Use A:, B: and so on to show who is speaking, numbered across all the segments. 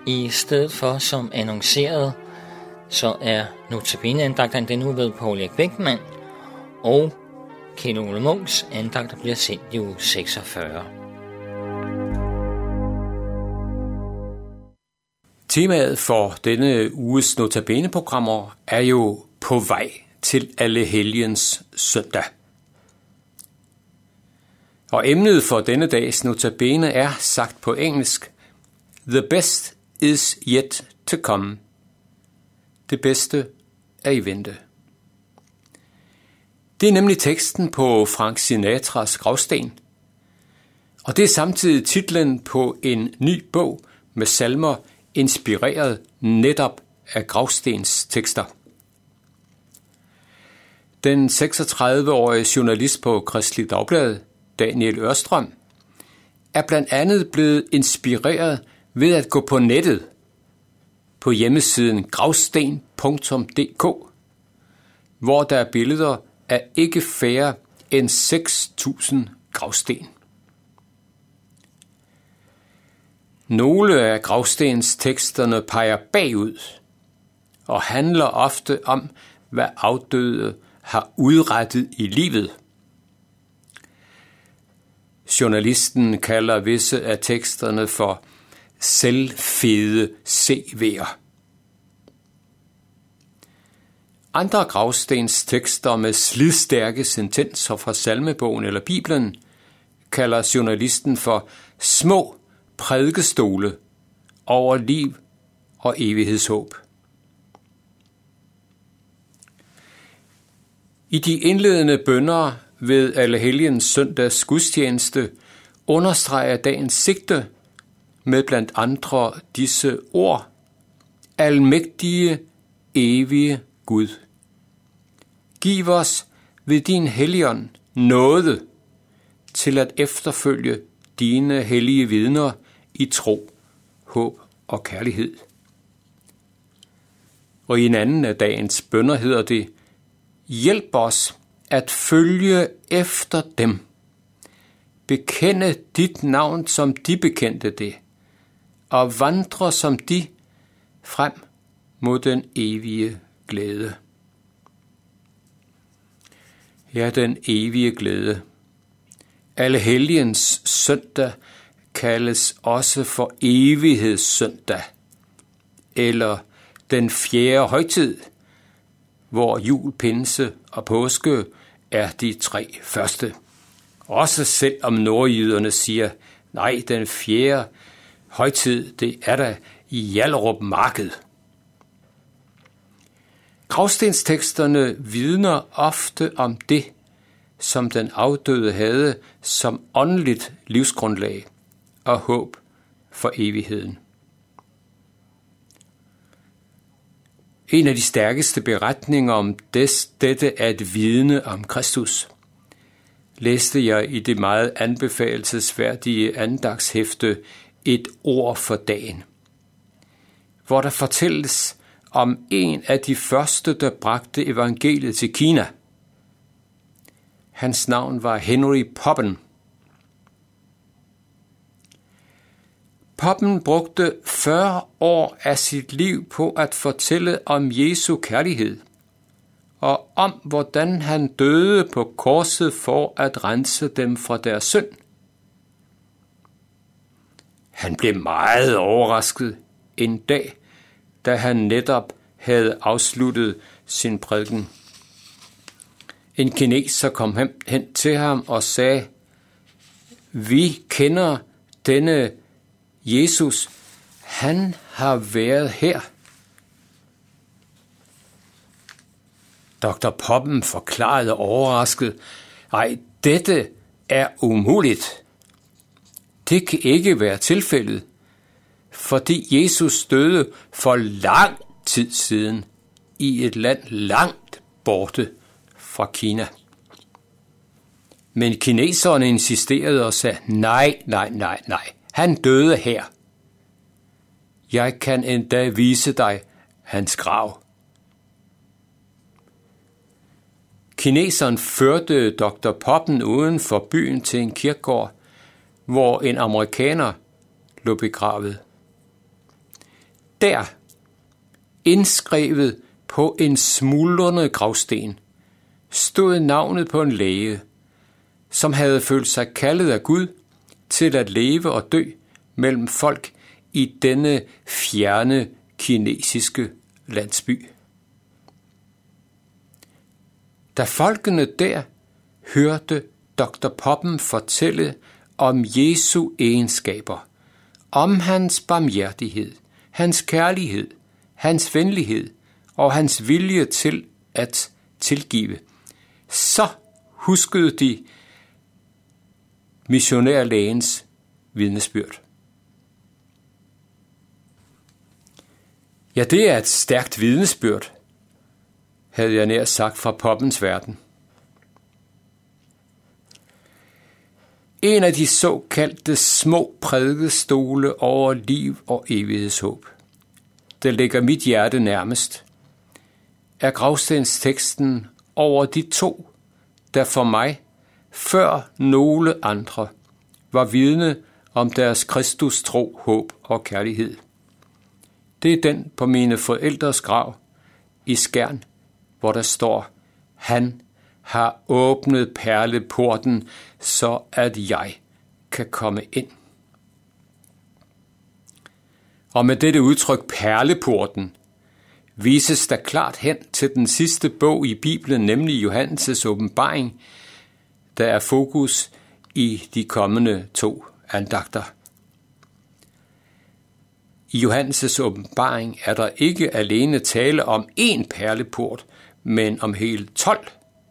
A: I stedet for, som annonceret, så er notabene-andagten den uge ved Poul Erik Bækman, og Kjeld Ole Munks andagter bliver sendt i uge 46.
B: Temaet for denne uges notabene-programmer er jo på vej til Allehelgens søndag. Og emnet for denne dags notabene er sagt på engelsk: The best is yet to come. Det bedste er i vente. Det er nemlig teksten på Frank Sinatras gravsten, og det er samtidig titlen på en ny bog med salmer inspireret netop af gravstens tekster. Den 36-årige journalist på Kristeligt Dagblad, Daniel Ørstrøm, er blandt andet blevet inspireret ved at gå på nettet på hjemmesiden gravsten.dk, hvor der er billeder af ikke færre end 6.000 gravsten. Nogle af gravstensteksterne peger bagud og handler ofte om, hvad afdøde har udrettet i livet. Journalisten kalder visse af teksterne for selvfede CV'er. Andre gravstenstekster med slidstærke sentenser fra salmebogen eller Bibelen kalder journalisten for små prædikestole over liv og evighedshåb. I de indledende bønner ved Allehelgens søndags gudstjeneste understreger dagens sigte med blandt andre disse ord: Almægtige, evige Gud, giv os ved din Helligånd nåde til at efterfølge dine hellige vidner i tro, håb og kærlighed. Og i en anden af dagens bønner hedder det: hjælp os at følge efter dem, bekende dit navn, som de bekendte det, og vandre som de frem mod den evige glæde. Ja, den evige glæde. Allehelgens søndag kaldes også for evighedssøndag, eller den fjerde højtid, hvor jul, pinse og påske er de 3 første. Også selvom nordjyderne siger, nej, den fjerde højtid, det er der i Hjallerup Marked. Gravstensteksterne vidner ofte om det, som den afdøde havde som åndeligt livsgrundlag og håb for evigheden. En af de stærkeste beretninger om dette er et vidne om Kristus. Læste jeg i det meget anbefalelsesværdige andagtshæfte Et ord for dagen, hvor der fortælles om en af de første, der bragte evangeliet til Kina. Hans navn var Henry Poppen. Poppen brugte 40 år af sit liv på at fortælle om Jesu kærlighed, og om hvordan han døde på korset for at rense dem fra deres synd. Han blev meget overrasket en dag, da han netop havde afsluttet sin prædiken. En kineser kom hen til ham og sagde: vi kender denne Jesus, han har været her. Dr. Poppen forklarede overrasket: ej, dette er umuligt. Det kan ikke være tilfældet, fordi Jesus døde for lang tid siden i et land langt borte fra Kina. Men kineserne insisterede og sagde: nej, han døde her. Jeg kan endda vise dig hans grav. Kineseren førte Dr. Poppen uden for byen til en kirkegård, hvor en amerikaner lå begravet. der, indskrevet på en smuldrende gravsten, stod navnet på en læge, som havde følt sig kaldet af Gud til at leve og dø mellem folk i denne fjerne kinesiske landsby. Da folkene der hørte Dr. Poppen fortælle om Jesu egenskaber, om hans barmhjertighed, hans kærlighed, hans venlighed og hans vilje til at tilgive, så huskede de missionærlægens vidnesbyrd. Ja, det er et stærkt vidnesbyrd, havde jeg nær sagt, fra Poppens verden. En af de såkaldte små prædikestole over liv og evighedshåb, der ligger mit hjerte nærmest, er gravstensteksten over de to, der for mig, før nogle andre, var vidne om deres Kristus tro, håb og kærlighed. Det er den på mine forældres grav i Skjern, hvor der står: Han har åbnet perleporten, så at jeg kan komme ind. Og med dette udtryk perleporten vises der klart hen til den sidste bog i Bibelen, nemlig Johannes' åbenbaring, der er fokus i de kommende 2 andagter. I Johannes' åbenbaring er der ikke alene tale om én perleport, men om hele 12.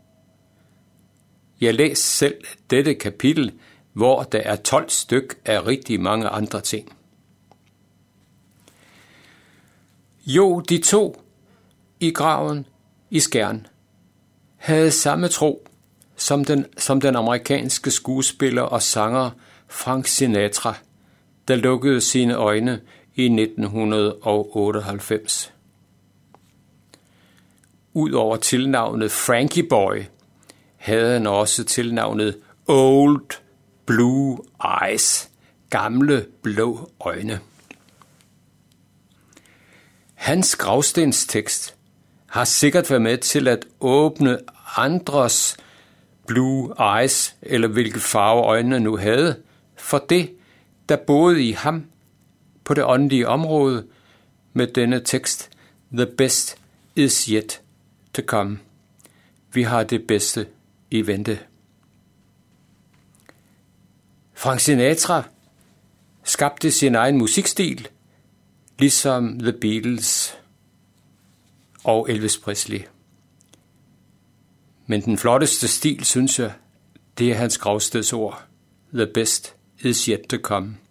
B: Jeg læser selv dette kapitel, hvor der er 12 styk af rigtig mange andre ting. Jo, de to i graven i Skjern havde samme tro som den amerikanske skuespiller og sanger Frank Sinatra, der lukkede sine øjne i 1998. Udover tilnavnet Frankie Boy, havde han også tilnavnet Old Blue Eyes, gamle blå øjne. Hans gravstenstekst har sikkert været med til at åbne andres blue eyes, eller hvilke farve øjnene nu havde, for det, der boede i ham på det åndelige område med denne tekst: The best is yet to come. Vi har det bedste i vente. Frank Sinatra skabte sin egen musikstil, ligesom The Beatles og Elvis Presley. Men den flotteste stil, synes jeg, det er hans gravstedsord: The best is yet to come.